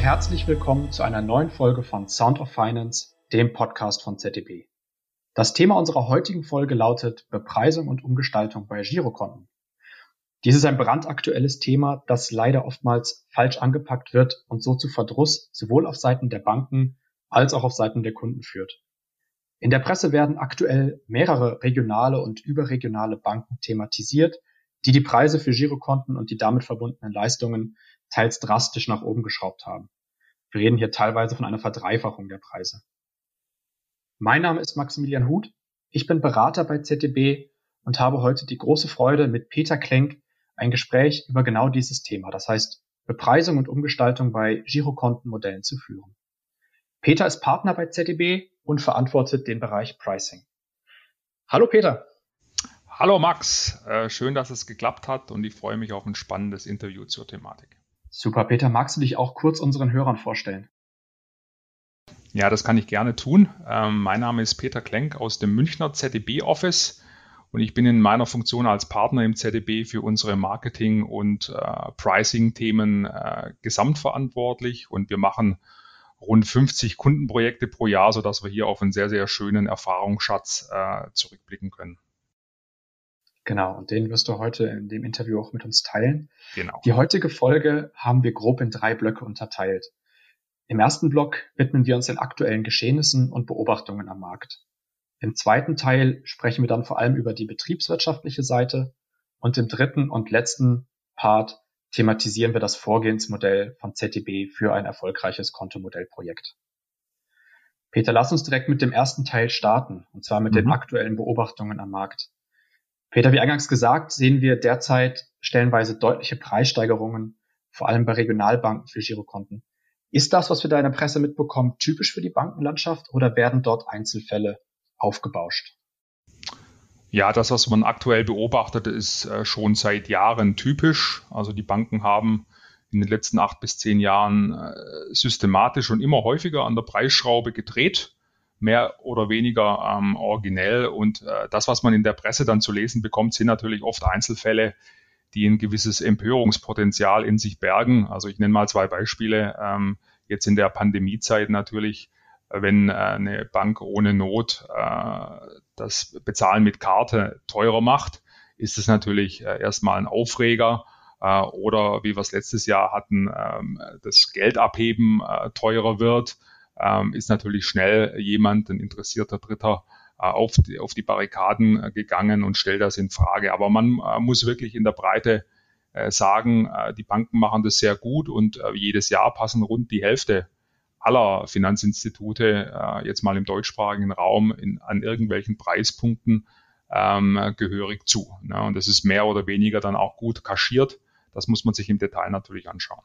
herzlich willkommen zu einer neuen Folge von Sound of Finance, dem Podcast von ZDB. Das Thema unserer heutigen Folge lautet Bepreisung und Umgestaltung bei Girokonten. Dies ist ein brandaktuelles Thema, das leider oftmals falsch angepackt wird und so zu Verdruss sowohl auf Seiten der Banken als auch auf Seiten der Kunden führt. In der Presse werden aktuell mehrere regionale und überregionale Banken thematisiert, die Preise für Girokonten und die damit verbundenen Leistungen teils drastisch nach oben geschraubt haben. Wir reden hier teilweise von einer Verdreifachung der Preise. Mein Name ist Maximilian Huth, ich bin Berater bei ZDB und habe heute die große Freude, mit Peter Klenk ein Gespräch über genau dieses Thema, das heißt Bepreisung und Umgestaltung bei Girokontenmodellen zu führen. Peter ist Partner bei ZDB und verantwortet den Bereich Pricing. Hallo Peter. Hallo Max, schön, dass es geklappt hat und ich freue mich auf ein spannendes Interview zur Thematik. Super, Peter, magst du dich auch kurz unseren Hörern vorstellen? Ja, das kann ich gerne tun. Mein Name ist Peter Klenk aus dem Münchner ZDB-Office und ich bin in meiner Funktion als Partner im ZDB für unsere Marketing- und Pricing-Themen gesamtverantwortlich und wir machen rund 50 Kundenprojekte pro Jahr, sodass wir hier auf einen sehr, sehr schönen Erfahrungsschatz zurückblicken können. Genau, und den wirst du heute in dem Interview auch mit uns teilen. Genau. Die heutige Folge haben wir grob in 3 Blöcke unterteilt. Im ersten Block widmen wir uns den aktuellen Geschehnissen und Beobachtungen am Markt. Im zweiten Teil sprechen wir dann vor allem über die betriebswirtschaftliche Seite und im dritten und letzten Part thematisieren wir das Vorgehensmodell von ZDB für ein erfolgreiches Kontomodellprojekt. Peter, lass uns direkt mit dem ersten Teil starten, und zwar mit den aktuellen Beobachtungen am Markt. Peter, wie eingangs gesagt, sehen wir derzeit stellenweise deutliche Preissteigerungen, vor allem bei Regionalbanken für Girokonten. Ist das, was wir da in der Presse mitbekommen, typisch für die Bankenlandschaft oder werden dort Einzelfälle aufgebauscht? Ja, das, was man aktuell beobachtet, ist schon seit Jahren typisch. Also die Banken haben in den letzten 8 bis 10 Jahren systematisch und immer häufiger an der Preisschraube gedreht, mehr oder weniger originell. Und das, was man in der Presse dann zu lesen bekommt, sind natürlich oft Einzelfälle, die ein gewisses Empörungspotenzial in sich bergen. Also ich nenne mal 2 Beispiele. Jetzt in der Pandemiezeit natürlich, wenn eine Bank ohne Not das Bezahlen mit Karte teurer macht, ist es natürlich erstmal ein Aufreger. Oder wie wir es letztes Jahr hatten, das Geldabheben teurer wird, ist natürlich schnell jemand, ein interessierter Dritter, auf die Barrikaden gegangen und stellt das in Frage. Aber man muss wirklich in der Breite sagen, die Banken machen das sehr gut und jedes Jahr passen rund die Hälfte aller Finanzinstitute jetzt mal im deutschsprachigen Raum an irgendwelchen Preispunkten gehörig zu. Ne? Und das ist mehr oder weniger dann auch gut kaschiert. Das muss man sich im Detail natürlich anschauen.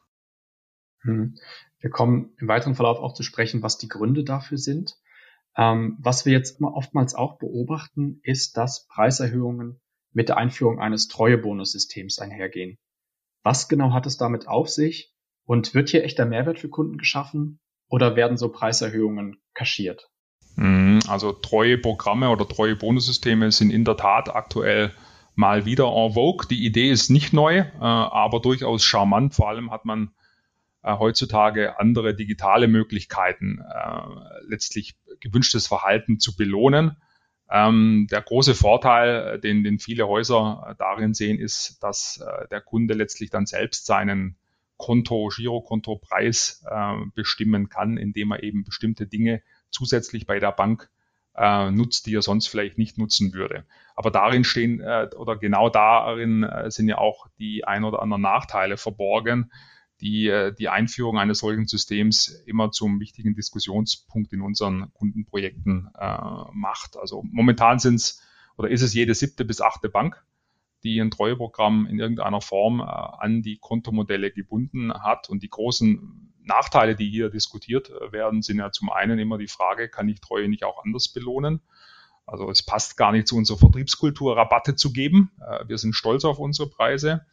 Wir kommen im weiteren Verlauf auch zu sprechen, was die Gründe dafür sind. Was wir jetzt oftmals auch beobachten, ist, dass Preiserhöhungen mit der Einführung eines Treuebonussystems einhergehen. Was genau hat es damit auf sich und wird hier echter Mehrwert für Kunden geschaffen oder werden so Preiserhöhungen kaschiert? Also Treueprogramme oder Treuebonussysteme sind in der Tat aktuell mal wieder en vogue. Die Idee ist nicht neu, aber durchaus charmant. Vor allem hat man heutzutage andere digitale Möglichkeiten, letztlich gewünschtes Verhalten zu belohnen. Der große Vorteil, den viele Häuser darin sehen, ist, dass der Kunde letztlich dann selbst seinen Girokontopreis bestimmen kann, indem er eben bestimmte Dinge zusätzlich bei der Bank nutzt, die er sonst vielleicht nicht nutzen würde. Aber darin stehen oder genau darin sind ja auch die ein oder anderen Nachteile verborgen, die Einführung eines solchen Systems immer zum wichtigen Diskussionspunkt in unseren Kundenprojekten macht. Also momentan ist es jede 7. bis 8. Bank, die ein Treueprogramm in irgendeiner Form an die Kontomodelle gebunden hat. Und die großen Nachteile, die hier diskutiert werden, sind ja zum einen immer die Frage, kann ich Treue nicht auch anders belohnen? Also es passt gar nicht zu unserer Vertriebskultur, Rabatte zu geben. Wir sind stolz auf unsere Preise.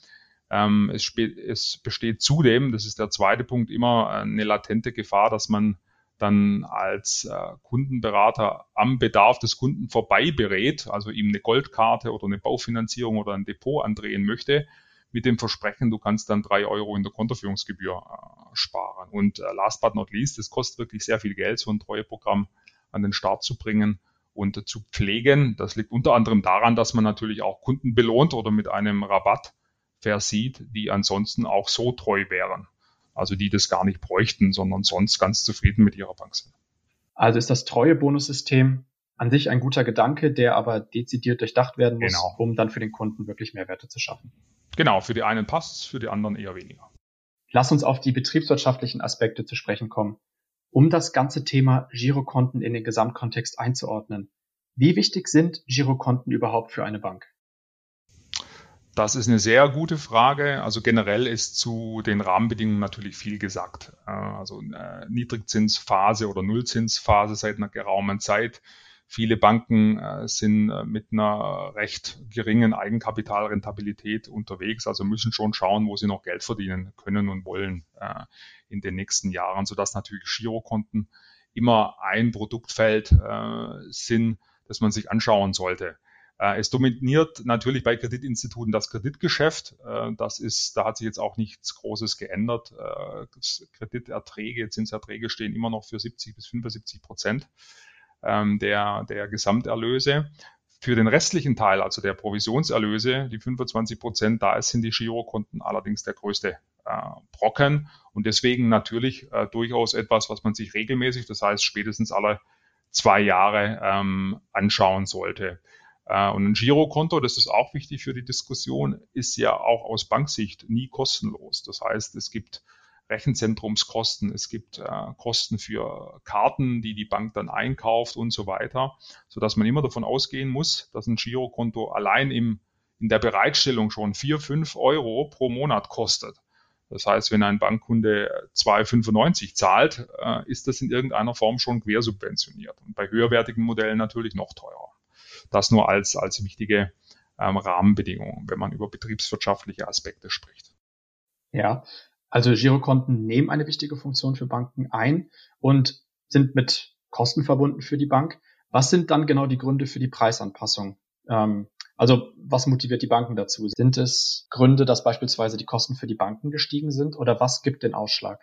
Es besteht zudem, das ist der zweite Punkt, immer eine latente Gefahr, dass man dann als Kundenberater am Bedarf des Kunden vorbei berät, also ihm eine Goldkarte oder eine Baufinanzierung oder ein Depot andrehen möchte, mit dem Versprechen, du kannst dann 3 Euro in der Kontoführungsgebühr sparen. Und last but not least, es kostet wirklich sehr viel Geld, so ein Treueprogramm an den Start zu bringen und zu pflegen. Das liegt unter anderem daran, dass man natürlich auch Kunden belohnt oder mit einem Rabatt versieht, die ansonsten auch so treu wären. Also die das gar nicht bräuchten, sondern sonst ganz zufrieden mit ihrer Bank sind. Also ist das Treuebonussystem an sich ein guter Gedanke, der aber dezidiert durchdacht werden muss, Genau. um dann für den Kunden wirklich Mehrwerte zu schaffen. Genau, für die einen passt es, für die anderen eher weniger. Lass uns auf die betriebswirtschaftlichen Aspekte zu sprechen kommen. Um das ganze Thema Girokonten in den Gesamtkontext einzuordnen, wie wichtig sind Girokonten überhaupt für eine Bank? Das ist eine sehr gute Frage. Also generell ist zu den Rahmenbedingungen natürlich viel gesagt. Also Niedrigzinsphase oder Nullzinsphase seit einer geraumen Zeit. Viele Banken sind mit einer recht geringen Eigenkapitalrentabilität unterwegs, also müssen schon schauen, wo sie noch Geld verdienen können und wollen in den nächsten Jahren, sodass natürlich Girokonten immer ein Produktfeld sind, das man sich anschauen sollte. Es dominiert natürlich bei Kreditinstituten das Kreditgeschäft. Da hat sich jetzt auch nichts Großes geändert. Krediterträge, Zinserträge stehen immer noch für 70-75% der Gesamterlöse. Für den restlichen Teil, also der Provisionserlöse, die 25%, da sind die Girokonten allerdings der größte Brocken und deswegen natürlich durchaus etwas, was man sich regelmäßig, das heißt spätestens alle 2 Jahre anschauen sollte. Und ein Girokonto, das ist auch wichtig für die Diskussion, ist ja auch aus Banksicht nie kostenlos. Das heißt, es gibt Rechenzentrumskosten, es gibt Kosten für Karten, die die Bank dann einkauft und so weiter, sodass man immer davon ausgehen muss, dass ein Girokonto allein in der Bereitstellung schon 4-5 Euro pro Monat kostet. Das heißt, wenn ein Bankkunde 2,95 zahlt, ist das in irgendeiner Form schon quersubventioniert und bei höherwertigen Modellen natürlich noch teurer. Das nur als wichtige Rahmenbedingungen, wenn man über betriebswirtschaftliche Aspekte spricht. Ja, also Girokonten nehmen eine wichtige Funktion für Banken ein und sind mit Kosten verbunden für die Bank. Was sind dann genau die Gründe für die Preisanpassung? Also was motiviert die Banken dazu? Sind es Gründe, dass beispielsweise die Kosten für die Banken gestiegen sind oder was gibt den Ausschlag?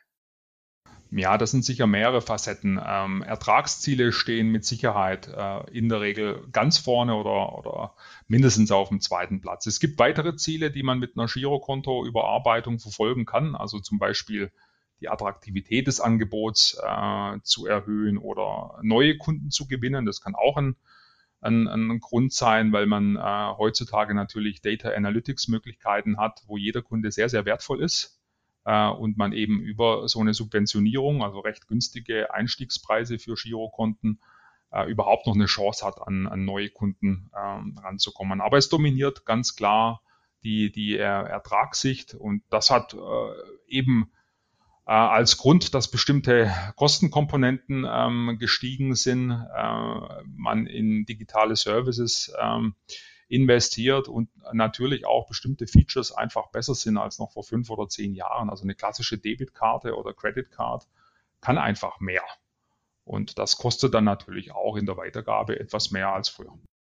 Ja, das sind sicher mehrere Facetten. Ertragsziele stehen mit Sicherheit in der Regel ganz vorne oder mindestens auf dem zweiten Platz. Es gibt weitere Ziele, die man mit einer Girokonto-Überarbeitung verfolgen kann, also zum Beispiel die Attraktivität des Angebots zu erhöhen oder neue Kunden zu gewinnen. Das kann auch ein Grund sein, weil man heutzutage natürlich Data Analytics Möglichkeiten hat, wo jeder Kunde sehr, sehr wertvoll ist. Und man eben über so eine Subventionierung, also recht günstige Einstiegspreise für Girokonten, überhaupt noch eine Chance hat, an neue Kunden ranzukommen. Aber es dominiert ganz klar die Ertragssicht und das hat eben als Grund, dass bestimmte Kostenkomponenten gestiegen sind, man in digitale Services investiert und natürlich auch bestimmte Features einfach besser sind als noch vor 5 oder 10 Jahren. Also eine klassische Debitkarte oder Credit Card kann einfach mehr. Und das kostet dann natürlich auch in der Weitergabe etwas mehr als früher.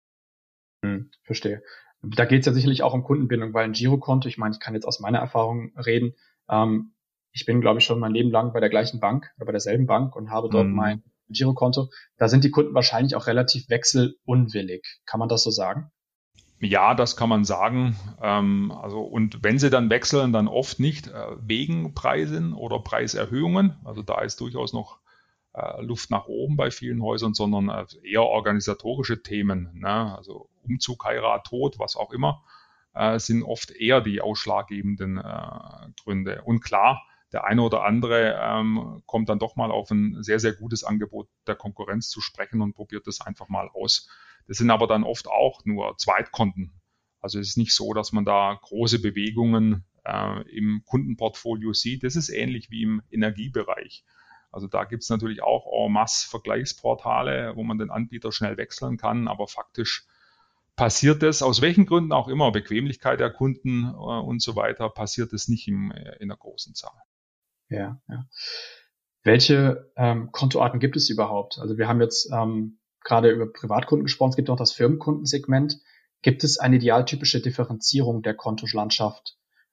Verstehe. Da geht es ja sicherlich auch um Kundenbindung, weil ein Girokonto, ich meine, ich kann jetzt aus meiner Erfahrung reden, ich bin, glaube ich, schon mein Leben lang bei der gleichen Bank oder bei derselben Bank und habe dort mein Girokonto. Da sind die Kunden wahrscheinlich auch relativ wechselunwillig. Kann man das so sagen? Ja, das kann man sagen. Und wenn sie dann wechseln, dann oft nicht wegen Preisen oder Preiserhöhungen. Also da ist durchaus noch Luft nach oben bei vielen Häusern, sondern eher organisatorische Themen. Ne? Also Umzug, Heirat, Tod, was auch immer, sind oft eher die ausschlaggebenden Gründe. Und klar, der eine oder andere kommt dann doch mal auf ein sehr, sehr gutes Angebot der Konkurrenz zu sprechen und probiert das einfach mal aus. Das sind aber dann oft auch nur Zweitkonten. Also es ist nicht so, dass man da große Bewegungen im Kundenportfolio sieht. Das ist ähnlich wie im Energiebereich. Also da gibt es natürlich auch en masse Vergleichsportale, wo man den Anbieter schnell wechseln kann, aber faktisch passiert es, aus welchen Gründen auch immer, Bequemlichkeit der Kunden und so weiter, passiert es nicht in einer großen Zahl. Ja. Welche Kontoarten gibt es überhaupt? Also wir haben jetzt gerade über Privatkunden gesprochen, es gibt auch das Firmenkundensegment. Gibt es eine idealtypische Differenzierung der Kontolandschaft?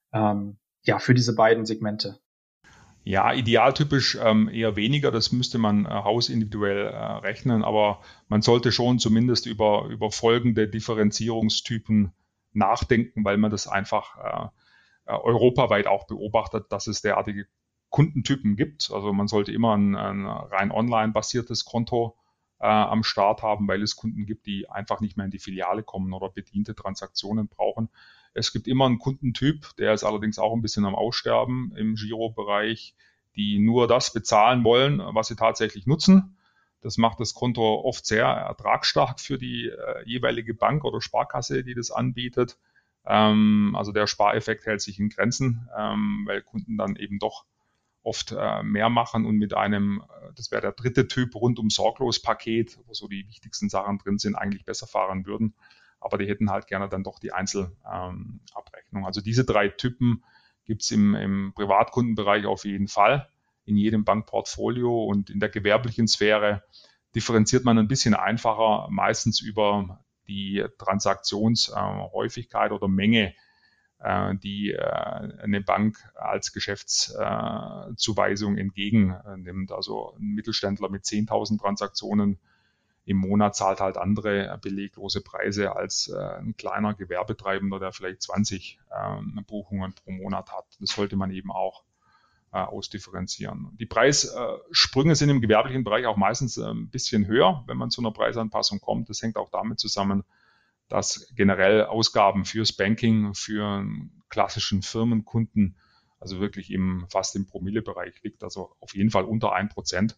für diese beiden Segmente? Ja, idealtypisch eher weniger. Das müsste man hausindividuell rechnen, aber man sollte schon zumindest über folgende Differenzierungstypen nachdenken, weil man das einfach europaweit auch beobachtet, dass es derartige Kundentypen gibt. Also man sollte immer ein rein online basiertes Konto am Start haben, weil es Kunden gibt, die einfach nicht mehr in die Filiale kommen oder bediente Transaktionen brauchen. Es gibt immer einen Kundentyp, der ist allerdings auch ein bisschen am Aussterben im Girobereich, die nur das bezahlen wollen, was sie tatsächlich nutzen. Das macht das Konto oft sehr ertragsstark für die jeweilige Bank oder Sparkasse, die das anbietet. Also der Spareffekt hält sich in Grenzen, weil Kunden dann eben doch oft mehr machen und mit einem, das wäre der dritte Typ, rundum sorglos Paket, wo so die wichtigsten Sachen drin sind, eigentlich besser fahren würden. Aber die hätten halt gerne dann doch die Einzelabrechnung. Also diese drei Typen gibt es im Privatkundenbereich auf jeden Fall, in jedem Bankportfolio, und in der gewerblichen Sphäre differenziert man ein bisschen einfacher, meistens über die Transaktionshäufigkeit oder Menge, die eine Bank als Geschäftszuweisung entgegennimmt. Also ein Mittelständler mit 10.000 Transaktionen im Monat zahlt halt andere beleglose Preise als ein kleiner Gewerbetreibender, der vielleicht 20 Buchungen pro Monat hat. Das sollte man eben auch ausdifferenzieren. Die Preissprünge sind im gewerblichen Bereich auch meistens ein bisschen höher, wenn man zu einer Preisanpassung kommt. Das hängt auch damit zusammen, dass generell Ausgaben fürs Banking, für einen klassischen Firmenkunden, also wirklich fast im Promillebereich liegt, also auf jeden Fall unter 1%,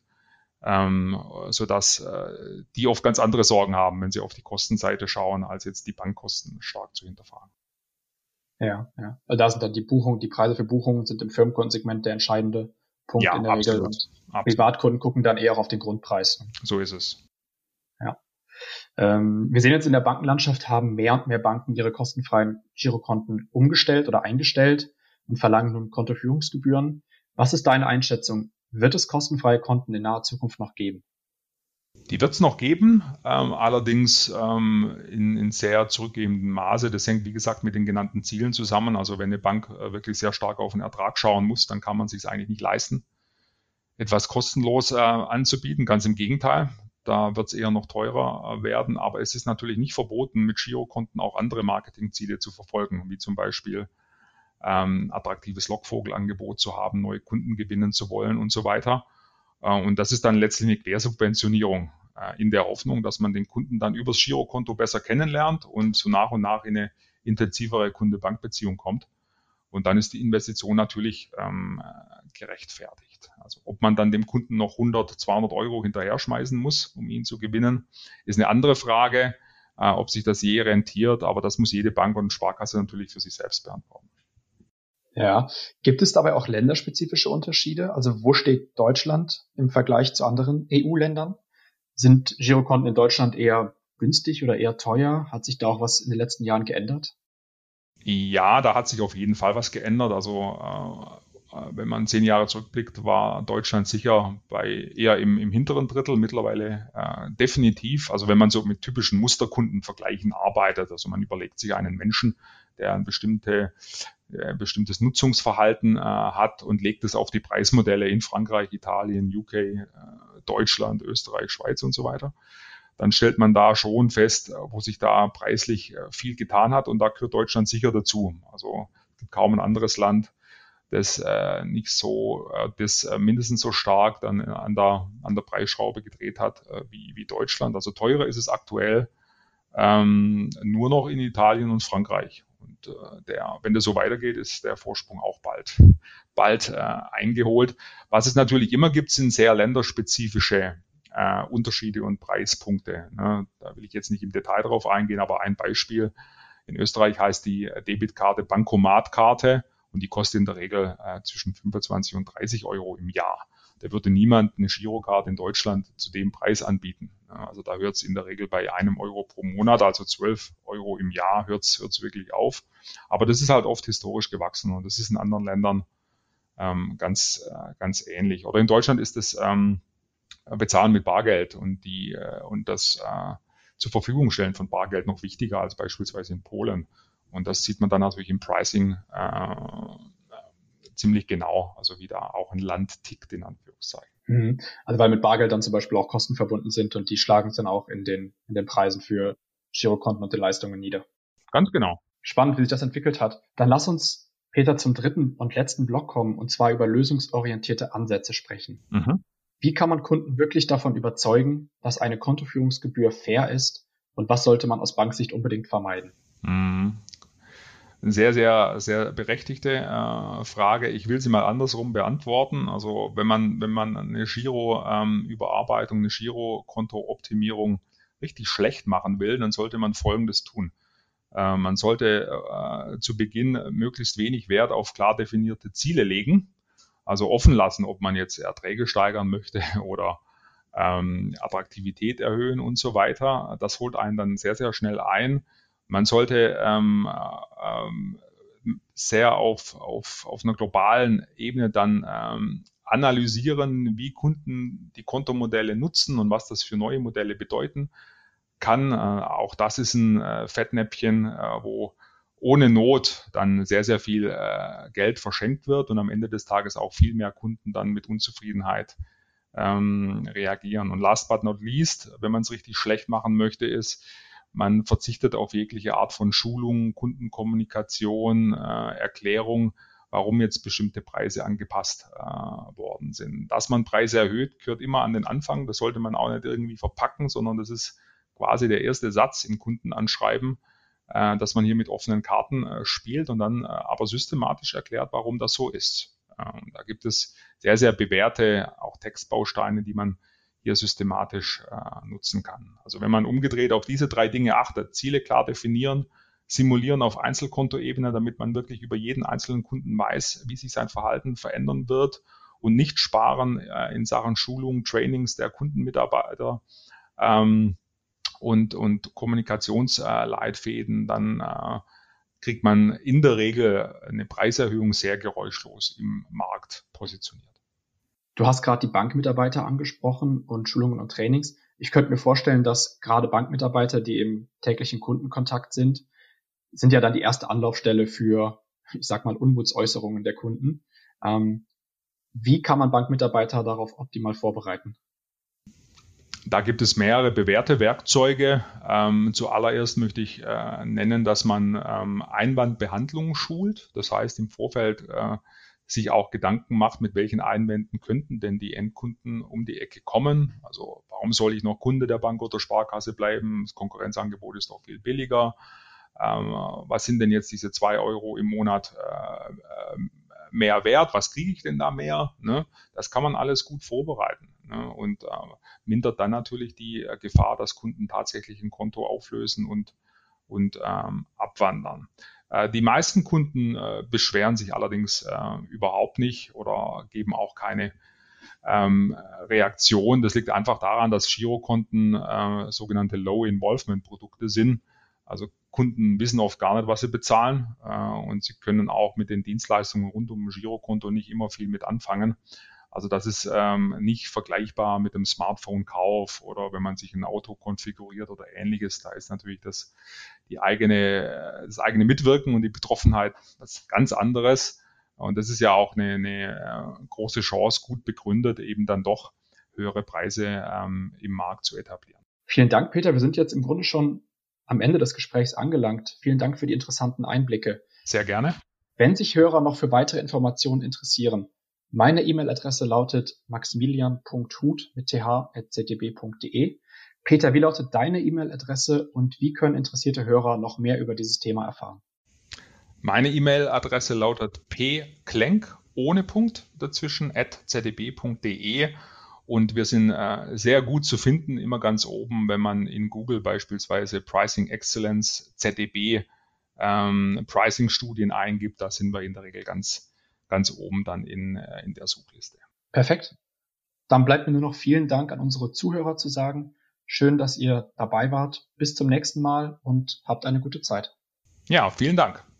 sodass die oft ganz andere Sorgen haben, wenn sie auf die Kostenseite schauen, als jetzt die Bankkosten stark zu hinterfragen. Ja. Also da sind dann die Preise für Buchungen sind im Firmenkundensegment der entscheidende Punkt in der Regel. Und Privatkunden gucken dann eher auf den Grundpreis. So ist es. Ja. Wir sehen jetzt in der Bankenlandschaft, haben mehr und mehr Banken ihre kostenfreien Girokonten umgestellt oder eingestellt und verlangen nun Kontoführungsgebühren. Was ist deine Einschätzung? Wird es kostenfreie Konten in naher Zukunft noch geben? Die wird es noch geben, allerdings in sehr zurückgehendem Maße. Das hängt, wie gesagt, mit den genannten Zielen zusammen. Also wenn eine Bank wirklich sehr stark auf den Ertrag schauen muss, dann kann man es sich eigentlich nicht leisten, etwas kostenlos anzubieten. Ganz im Gegenteil, da wird es eher noch teurer werden. Aber es ist natürlich nicht verboten, mit Girokonten auch andere Marketingziele zu verfolgen, wie zum Beispiel attraktives Lockvogelangebot zu haben, neue Kunden gewinnen zu wollen und so weiter. Und das ist dann letztlich eine Quersubventionierung in der Hoffnung, dass man den Kunden dann übers Girokonto besser kennenlernt und so nach und nach in eine intensivere Kunde-Bank-Beziehung kommt. Und dann ist die Investition natürlich gerechtfertigt. Also ob man dann dem Kunden noch 100, 200 Euro hinterher schmeißen muss, um ihn zu gewinnen, ist eine andere Frage, ob sich das je rentiert. Aber das muss jede Bank und Sparkasse natürlich für sich selbst beantworten. Ja, gibt es dabei auch länderspezifische Unterschiede? Also wo steht Deutschland im Vergleich zu anderen EU-Ländern? Sind Girokonten in Deutschland eher günstig oder eher teuer? Hat sich da auch was in den letzten Jahren geändert? Ja, da hat sich auf jeden Fall was geändert. Also wenn man 10 Jahre zurückblickt, war Deutschland sicher eher im hinteren Drittel, mittlerweile definitiv. Also wenn man so mit typischen Musterkundenvergleichen arbeitet, also man überlegt sich einen Menschen, der ein bestimmtes Nutzungsverhalten hat und legt es auf die Preismodelle in Frankreich, Italien, UK, Deutschland, Österreich, Schweiz und so weiter, dann stellt man da schon fest, wo sich da preislich viel getan hat, und da gehört Deutschland sicher dazu. Also es gibt kaum ein anderes Land, das mindestens so stark dann an der Preisschraube gedreht hat wie Deutschland. Also teurer ist es aktuell nur noch in Italien und Frankreich. Und wenn das so weitergeht, ist der Vorsprung auch bald eingeholt. Was es natürlich immer gibt, sind sehr länderspezifische Unterschiede und Preispunkte. Ne? Da will ich jetzt nicht im Detail drauf eingehen, aber ein Beispiel. In Österreich heißt die Debitkarte Bankomatkarte und die kostet in der Regel zwischen 25 und 30 Euro im Jahr. Da würde niemand eine Girokarte in Deutschland zu dem Preis anbieten. Also da hört es in der Regel bei 1 Euro pro Monat, also 12 Euro im Jahr, hört es wirklich auf. Aber das ist halt oft historisch gewachsen und das ist in anderen Ländern ganz ähnlich. Oder in Deutschland ist das Bezahlen mit Bargeld und das zur Verfügung stellen von Bargeld noch wichtiger als beispielsweise in Polen. Und das sieht man dann natürlich im Pricing ziemlich genau, also wie da auch ein Land tickt, in Anführungszeichen. Also weil mit Bargeld dann zum Beispiel auch Kosten verbunden sind und die schlagen es dann auch in den Preisen für Girokonten und den Leistungen nieder. Ganz genau. Spannend, wie sich das entwickelt hat. Dann lass uns, Peter, zum dritten und letzten Block kommen, und zwar über lösungsorientierte Ansätze sprechen. Wie kann man Kunden wirklich davon überzeugen, dass eine Kontoführungsgebühr fair ist, und was sollte man aus Banksicht unbedingt vermeiden? Sehr, sehr, sehr berechtigte Frage. Ich will sie mal andersrum beantworten. Also wenn man eine Giro-Überarbeitung, eine Girokonto-Optimierung richtig schlecht machen will, dann sollte man Folgendes tun. Man sollte zu Beginn möglichst wenig Wert auf klar definierte Ziele legen, also offen lassen, ob man jetzt Erträge steigern möchte oder Attraktivität erhöhen und so weiter. Das holt einen dann sehr, sehr schnell ein. Man sollte sehr auf einer globalen Ebene dann analysieren, wie Kunden die Kontomodelle nutzen und was das für neue Modelle bedeuten kann. Auch das ist ein Fettnäpfchen, wo ohne Not dann sehr, sehr viel Geld verschenkt wird und am Ende des Tages auch viel mehr Kunden dann mit Unzufriedenheit reagieren. Und last but not least, wenn man es richtig schlecht machen möchte, ist, man verzichtet auf jegliche Art von Schulung, Kundenkommunikation, Erklärung, warum jetzt bestimmte Preise angepasst worden sind. Dass man Preise erhöht, gehört immer an den Anfang. Das sollte man auch nicht irgendwie verpacken, sondern das ist quasi der erste Satz im Kundenanschreiben, dass man hier mit offenen Karten spielt und dann aber systematisch erklärt, warum das so ist. Da gibt es sehr, sehr bewährte auch Textbausteine, die man hier systematisch nutzen kann. Also wenn man umgedreht auf diese 3 Dinge achtet, Ziele klar definieren, simulieren auf Einzelkontoebene, damit man wirklich über jeden einzelnen Kunden weiß, wie sich sein Verhalten verändern wird, und nicht sparen in Sachen Schulung, Trainings der Kundenmitarbeiter und Kommunikationsleitfäden, dann kriegt man in der Regel eine Preiserhöhung sehr geräuschlos im Markt positioniert. Du hast gerade die Bankmitarbeiter angesprochen und Schulungen und Trainings. Ich könnte mir vorstellen, dass gerade Bankmitarbeiter, die im täglichen Kundenkontakt sind ja dann die erste Anlaufstelle für, ich sag mal, Unmutsäußerungen der Kunden. Wie kann man Bankmitarbeiter darauf optimal vorbereiten? Da gibt es mehrere bewährte Werkzeuge. Zuallererst möchte ich nennen, dass man Einwandbehandlung schult. Das heißt, im Vorfeld sich auch Gedanken macht, mit welchen Einwänden könnten denn die Endkunden um die Ecke kommen. Also warum soll ich noch Kunde der Bank oder Sparkasse bleiben? Das Konkurrenzangebot ist doch viel billiger. Was sind denn jetzt diese 2 Euro im Monat mehr wert? Was kriege ich denn da mehr? Ne? Das kann man alles gut vorbereiten, ne? Und mindert dann natürlich die Gefahr, dass Kunden tatsächlich ein Konto auflösen und abwandern. Die meisten Kunden beschweren sich allerdings überhaupt nicht oder geben auch keine Reaktion. Das liegt einfach daran, dass Girokonten sogenannte Low-Involvement-Produkte sind. Also Kunden wissen oft gar nicht, was sie bezahlen und sie können auch mit den Dienstleistungen rund um ein Girokonto nicht immer viel mit anfangen. Also das ist nicht vergleichbar mit dem Smartphone-Kauf oder wenn man sich ein Auto konfiguriert oder Ähnliches. Da ist natürlich das eigene Mitwirken und die Betroffenheit was ganz anderes. Und das ist ja auch eine große Chance, gut begründet, eben dann doch höhere Preise im Markt zu etablieren. Vielen Dank, Peter. Wir sind jetzt im Grunde schon am Ende des Gesprächs angelangt. Vielen Dank für die interessanten Einblicke. Sehr gerne. Wenn sich Hörer noch für weitere Informationen interessieren, meine E-Mail-Adresse lautet maximilian.hut@ztb.de. Peter, wie lautet deine E-Mail-Adresse und wie können interessierte Hörer noch mehr über dieses Thema erfahren? Meine E-Mail-Adresse lautet pklenk ohne Punkt dazwischen @zdb.de. Und wir sind sehr gut zu finden, immer ganz oben, wenn man in Google beispielsweise Pricing Excellence, ZDB, Pricing-Studien eingibt. Da sind wir in der Regel ganz oben dann in der Suchliste. Perfekt. Dann bleibt mir nur noch vielen Dank an unsere Zuhörer zu sagen. Schön, dass ihr dabei wart. Bis zum nächsten Mal und habt eine gute Zeit. Ja, vielen Dank.